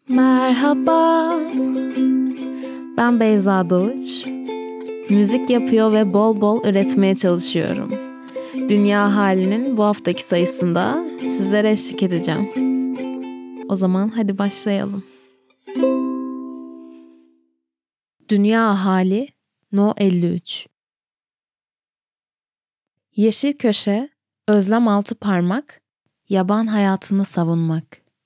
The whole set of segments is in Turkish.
Merhaba, ben Beyza Doğuç. Müzik yapıyor ve bol bol üretmeye çalışıyorum. Dünya Hali'nin bu haftaki sayısında sizlere eşlik edeceğim. O zaman hadi başlayalım. Dünya Hali No 53. Yeşil köşe, özlem altı parmak, yaban hayatını savunmak.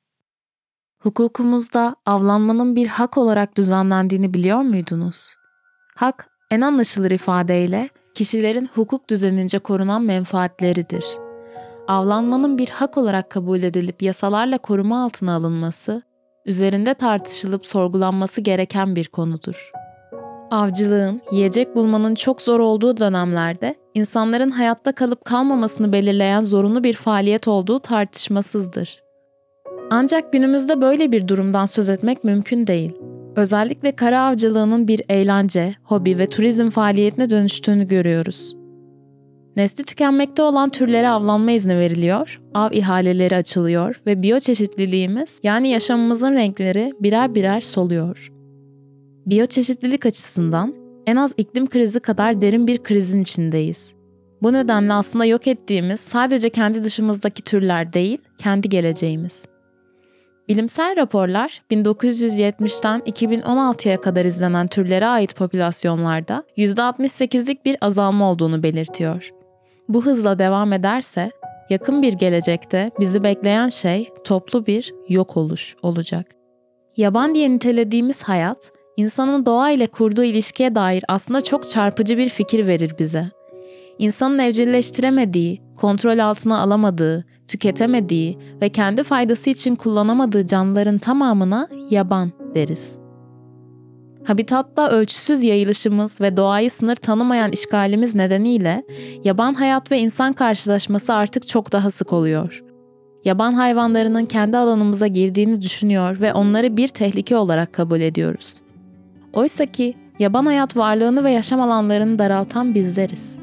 Hukukumuzda avlanmanın bir hak olarak düzenlendiğini biliyor muydunuz? Hak, en anlaşılır ifadeyle kişilerin hukuk düzenince korunan menfaatleridir. Avlanmanın bir hak olarak kabul edilip yasalarla koruma altına alınması, üzerinde tartışılıp sorgulanması gereken bir konudur. Avcılığın, yiyecek bulmanın çok zor olduğu dönemlerde insanların hayatta kalıp kalmamasını belirleyen zorunlu bir faaliyet olduğu tartışmasızdır. Ancak günümüzde böyle bir durumdan söz etmek mümkün değil. Özellikle kara avcılığının bir eğlence, hobi ve turizm faaliyetine dönüştüğünü görüyoruz. Nesli tükenmekte olan türlere avlanma izni veriliyor, av ihaleleri açılıyor ve biyoçeşitliliğimiz yani yaşamımızın renkleri birer birer soluyor. Biyoçeşitlilik açısından en az iklim krizi kadar derin bir krizin içindeyiz. Bu nedenle aslında yok ettiğimiz sadece kendi dışımızdaki türler değil, kendi geleceğimiz. Bilimsel raporlar 1970'ten 2016'ya kadar izlenen türlere ait popülasyonlarda %68'lik bir azalma olduğunu belirtiyor. Bu hızla devam ederse yakın bir gelecekte bizi bekleyen şey toplu bir yok oluş olacak. Yaban diye nitelediğimiz hayat, insanın doğa ile kurduğu ilişkiye dair aslında çok çarpıcı bir fikir verir bize. İnsanın evcilleştiremediği, kontrol altına alamadığı, tüketemediği ve kendi faydası için kullanamadığı canlıların tamamına yaban deriz. Habitatta ölçüsüz yayılışımız ve doğayı sınır tanımayan işgalimiz nedeniyle yaban hayat ve insan karşılaşması artık çok daha sık oluyor. Yaban hayvanlarının kendi alanımıza girdiğini düşünüyor ve onları bir tehlike olarak kabul ediyoruz. Oysaki yaban hayat varlığını ve yaşam alanlarını daraltan bizleriz.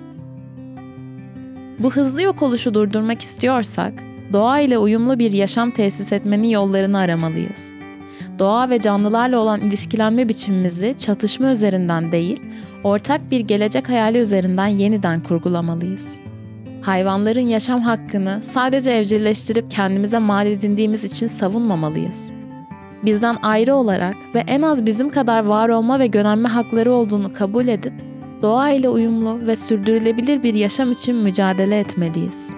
Bu hızlı yok oluşu durdurmak istiyorsak, doğa ile uyumlu bir yaşam tesis etmenin yollarını aramalıyız. Doğa ve canlılarla olan ilişkilenme biçimimizi çatışma üzerinden değil, ortak bir gelecek hayali üzerinden yeniden kurgulamalıyız. Hayvanların yaşam hakkını sadece evcilleştirip kendimize mal edindiğimiz için savunmamalıyız. Bizden ayrı olarak ve en az bizim kadar var olma ve yönelme hakları olduğunu kabul edip, doğa ile uyumlu ve sürdürülebilir bir yaşam için mücadele etmeliyiz.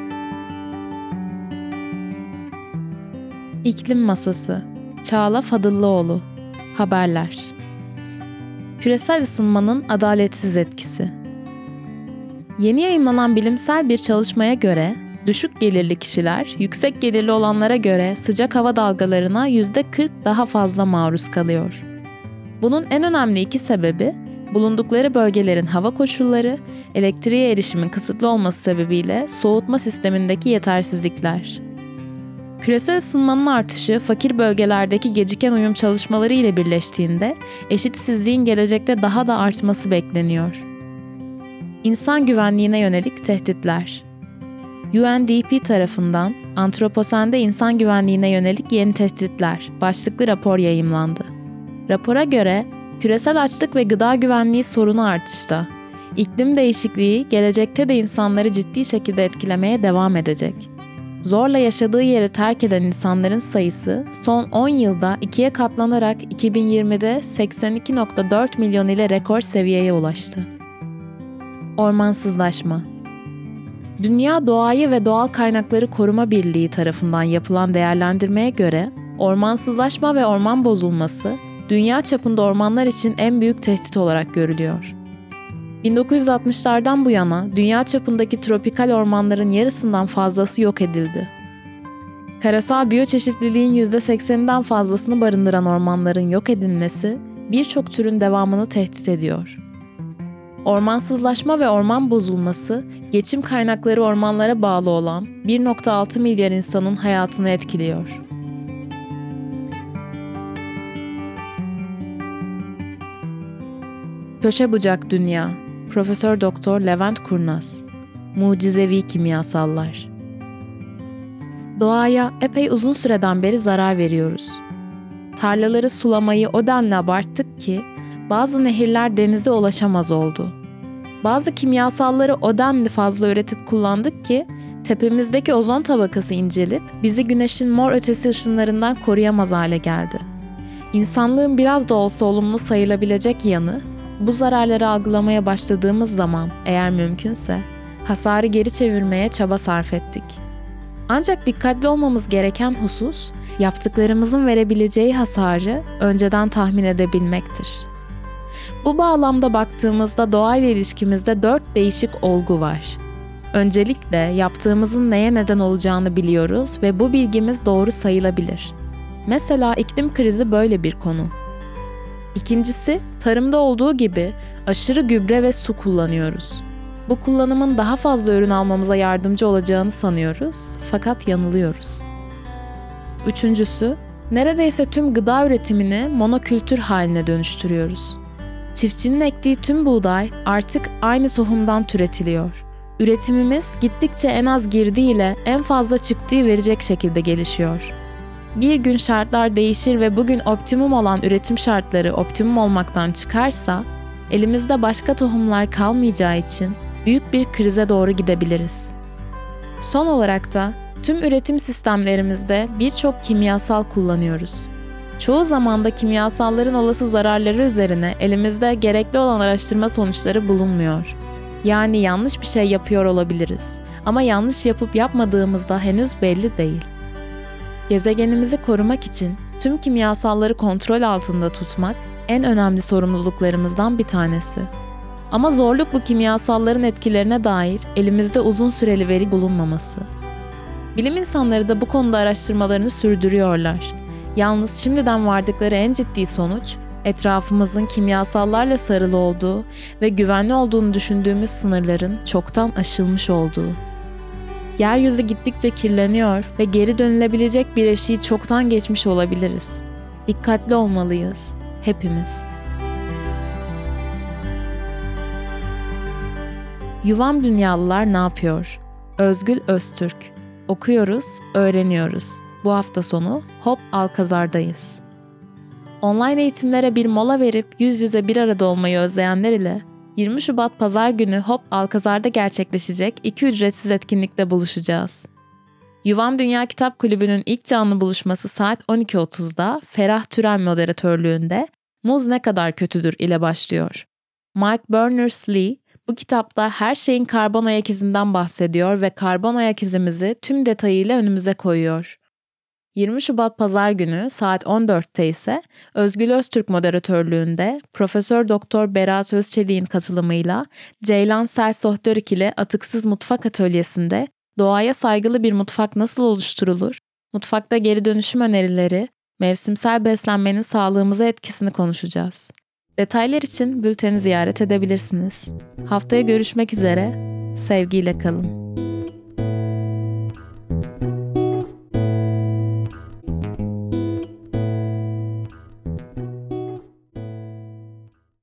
İklim Masası, Çağla Fadıllıoğlu. Haberler. Küresel ısınmanın adaletsiz etkisi. Yeni yayımlanan bilimsel bir çalışmaya göre, düşük gelirli kişiler, yüksek gelirli olanlara göre sıcak hava dalgalarına %40 daha fazla maruz kalıyor. Bunun en önemli iki sebebi, bulundukları bölgelerin hava koşulları, elektriğe erişimin kısıtlı olması sebebiyle soğutma sistemindeki yetersizlikler. Küresel ısınmanın artışı fakir bölgelerdeki geciken uyum çalışmaları ile birleştiğinde eşitsizliğin gelecekte daha da artması bekleniyor. İnsan güvenliğine yönelik tehditler. UNDP tarafından Antroposende insan güvenliğine yönelik yeni tehditler başlıklı rapor yayımlandı. Rapora göre küresel açlık ve gıda güvenliği sorunu artışta. İklim değişikliği gelecekte de insanları ciddi şekilde etkilemeye devam edecek. Zorla yaşadığı yeri terk eden insanların sayısı son 10 yılda 2'ye katlanarak 2020'de 82,4 milyon ile rekor seviyeye ulaştı. Ormansızlaşma. Dünya Doğayı ve Doğal Kaynakları Koruma Birliği tarafından yapılan değerlendirmeye göre ormansızlaşma ve orman bozulması dünya çapında ormanlar için en büyük tehdit olarak görülüyor. 1960'lardan bu yana dünya çapındaki tropikal ormanların yarısından fazlası yok edildi. Karasal biyoçeşitliliğin %80'inden fazlasını barındıran ormanların yok edilmesi birçok türün devamını tehdit ediyor. Ormansızlaşma ve orman bozulması, geçim kaynakları ormanlara bağlı olan 1,6 milyar insanın hayatını etkiliyor. Köşe bucak dünya. Profesör Doktor Levent Kurnaz. Mucizevi kimyasallar. Doğaya epey uzun süreden beri zarar veriyoruz. Tarlaları sulamayı o denli abarttık ki bazı nehirler denize ulaşamaz oldu. Bazı kimyasalları o denli fazla üretip kullandık ki tepemizdeki ozon tabakası incelip bizi güneşin mor ötesi ışınlarından koruyamaz hale geldi. İnsanlığın biraz da olsa olumlu sayılabilecek yanı, bu zararları algılamaya başladığımız zaman eğer mümkünse hasarı geri çevirmeye çaba sarf ettik. Ancak dikkatli olmamız gereken husus, yaptıklarımızın verebileceği hasarı önceden tahmin edebilmektir. Bu bağlamda baktığımızda doğayla ilişkimizde 4 değişik olgu var. Öncelikle yaptığımızın neye neden olacağını biliyoruz ve bu bilgimiz doğru sayılabilir. Mesela iklim krizi böyle bir konu. İkincisi, tarımda olduğu gibi aşırı gübre ve su kullanıyoruz. Bu kullanımın daha fazla ürün almamıza yardımcı olacağını sanıyoruz, fakat yanılıyoruz. Üçüncüsü, neredeyse tüm gıda üretimini monokültür haline dönüştürüyoruz. Çiftçinin ektiği tüm buğday artık aynı tohumdan türetiliyor. Üretimimiz gittikçe en az girdiğiyle en fazla çıktığı verecek şekilde gelişiyor. Bir gün şartlar değişir ve bugün optimum olan üretim şartları optimum olmaktan çıkarsa, elimizde başka tohumlar kalmayacağı için büyük bir krize doğru gidebiliriz. Son olarak da tüm üretim sistemlerimizde birçok kimyasal kullanıyoruz. Çoğu zaman da kimyasalların olası zararları üzerine elimizde gerekli olan araştırma sonuçları bulunmuyor. Yani yanlış bir şey yapıyor olabiliriz ama yanlış yapıp yapmadığımızda henüz belli değil. Gezegenimizi korumak için tüm kimyasalları kontrol altında tutmak en önemli sorumluluklarımızdan bir tanesi. Ama zorluk bu kimyasalların etkilerine dair elimizde uzun süreli veri bulunmaması. Bilim insanları da bu konuda araştırmalarını sürdürüyorlar. Yalnız şimdiden vardıkları en ciddi sonuç, etrafımızın kimyasallarla sarılı olduğu ve güvenli olduğunu düşündüğümüz sınırların çoktan aşılmış olduğu. Yeryüzü gittikçe kirleniyor ve geri dönülebilecek bir eşiği çoktan geçmiş olabiliriz. Dikkatli olmalıyız, hepimiz. Yuvam Dünyalılar ne yapıyor? Özgül Öztürk. Okuyoruz, öğreniyoruz. Bu hafta sonu Hop Alkazar'dayız. Online eğitimlere bir mola verip yüz yüze bir arada olmayı özleyenler ile 20 Şubat Pazar günü Hop Alkazar'da gerçekleşecek 2 ücretsiz etkinlikte buluşacağız. Yuvam Dünya Kitap Kulübü'nün ilk canlı buluşması saat 12.30'da Ferah Türel moderatörlüğünde Muz Ne Kadar Kötüdür ile başlıyor. Mike Berners-Lee bu kitapta her şeyin karbon ayak izinden bahsediyor ve karbon ayak izimizi tüm detayıyla önümüze koyuyor. 20 Şubat Pazar günü saat 14'te ise Özgül Öztürk moderatörlüğünde Profesör Doktor Berat Özçelik'in katılımıyla Ceylan Selsohtörik ile Atıksız Mutfak Atölyesi'nde doğaya saygılı bir mutfak nasıl oluşturulur, mutfakta geri dönüşüm önerileri, mevsimsel beslenmenin sağlığımıza etkisini konuşacağız. Detaylar için bülteni ziyaret edebilirsiniz. Haftaya görüşmek üzere, sevgiyle kalın.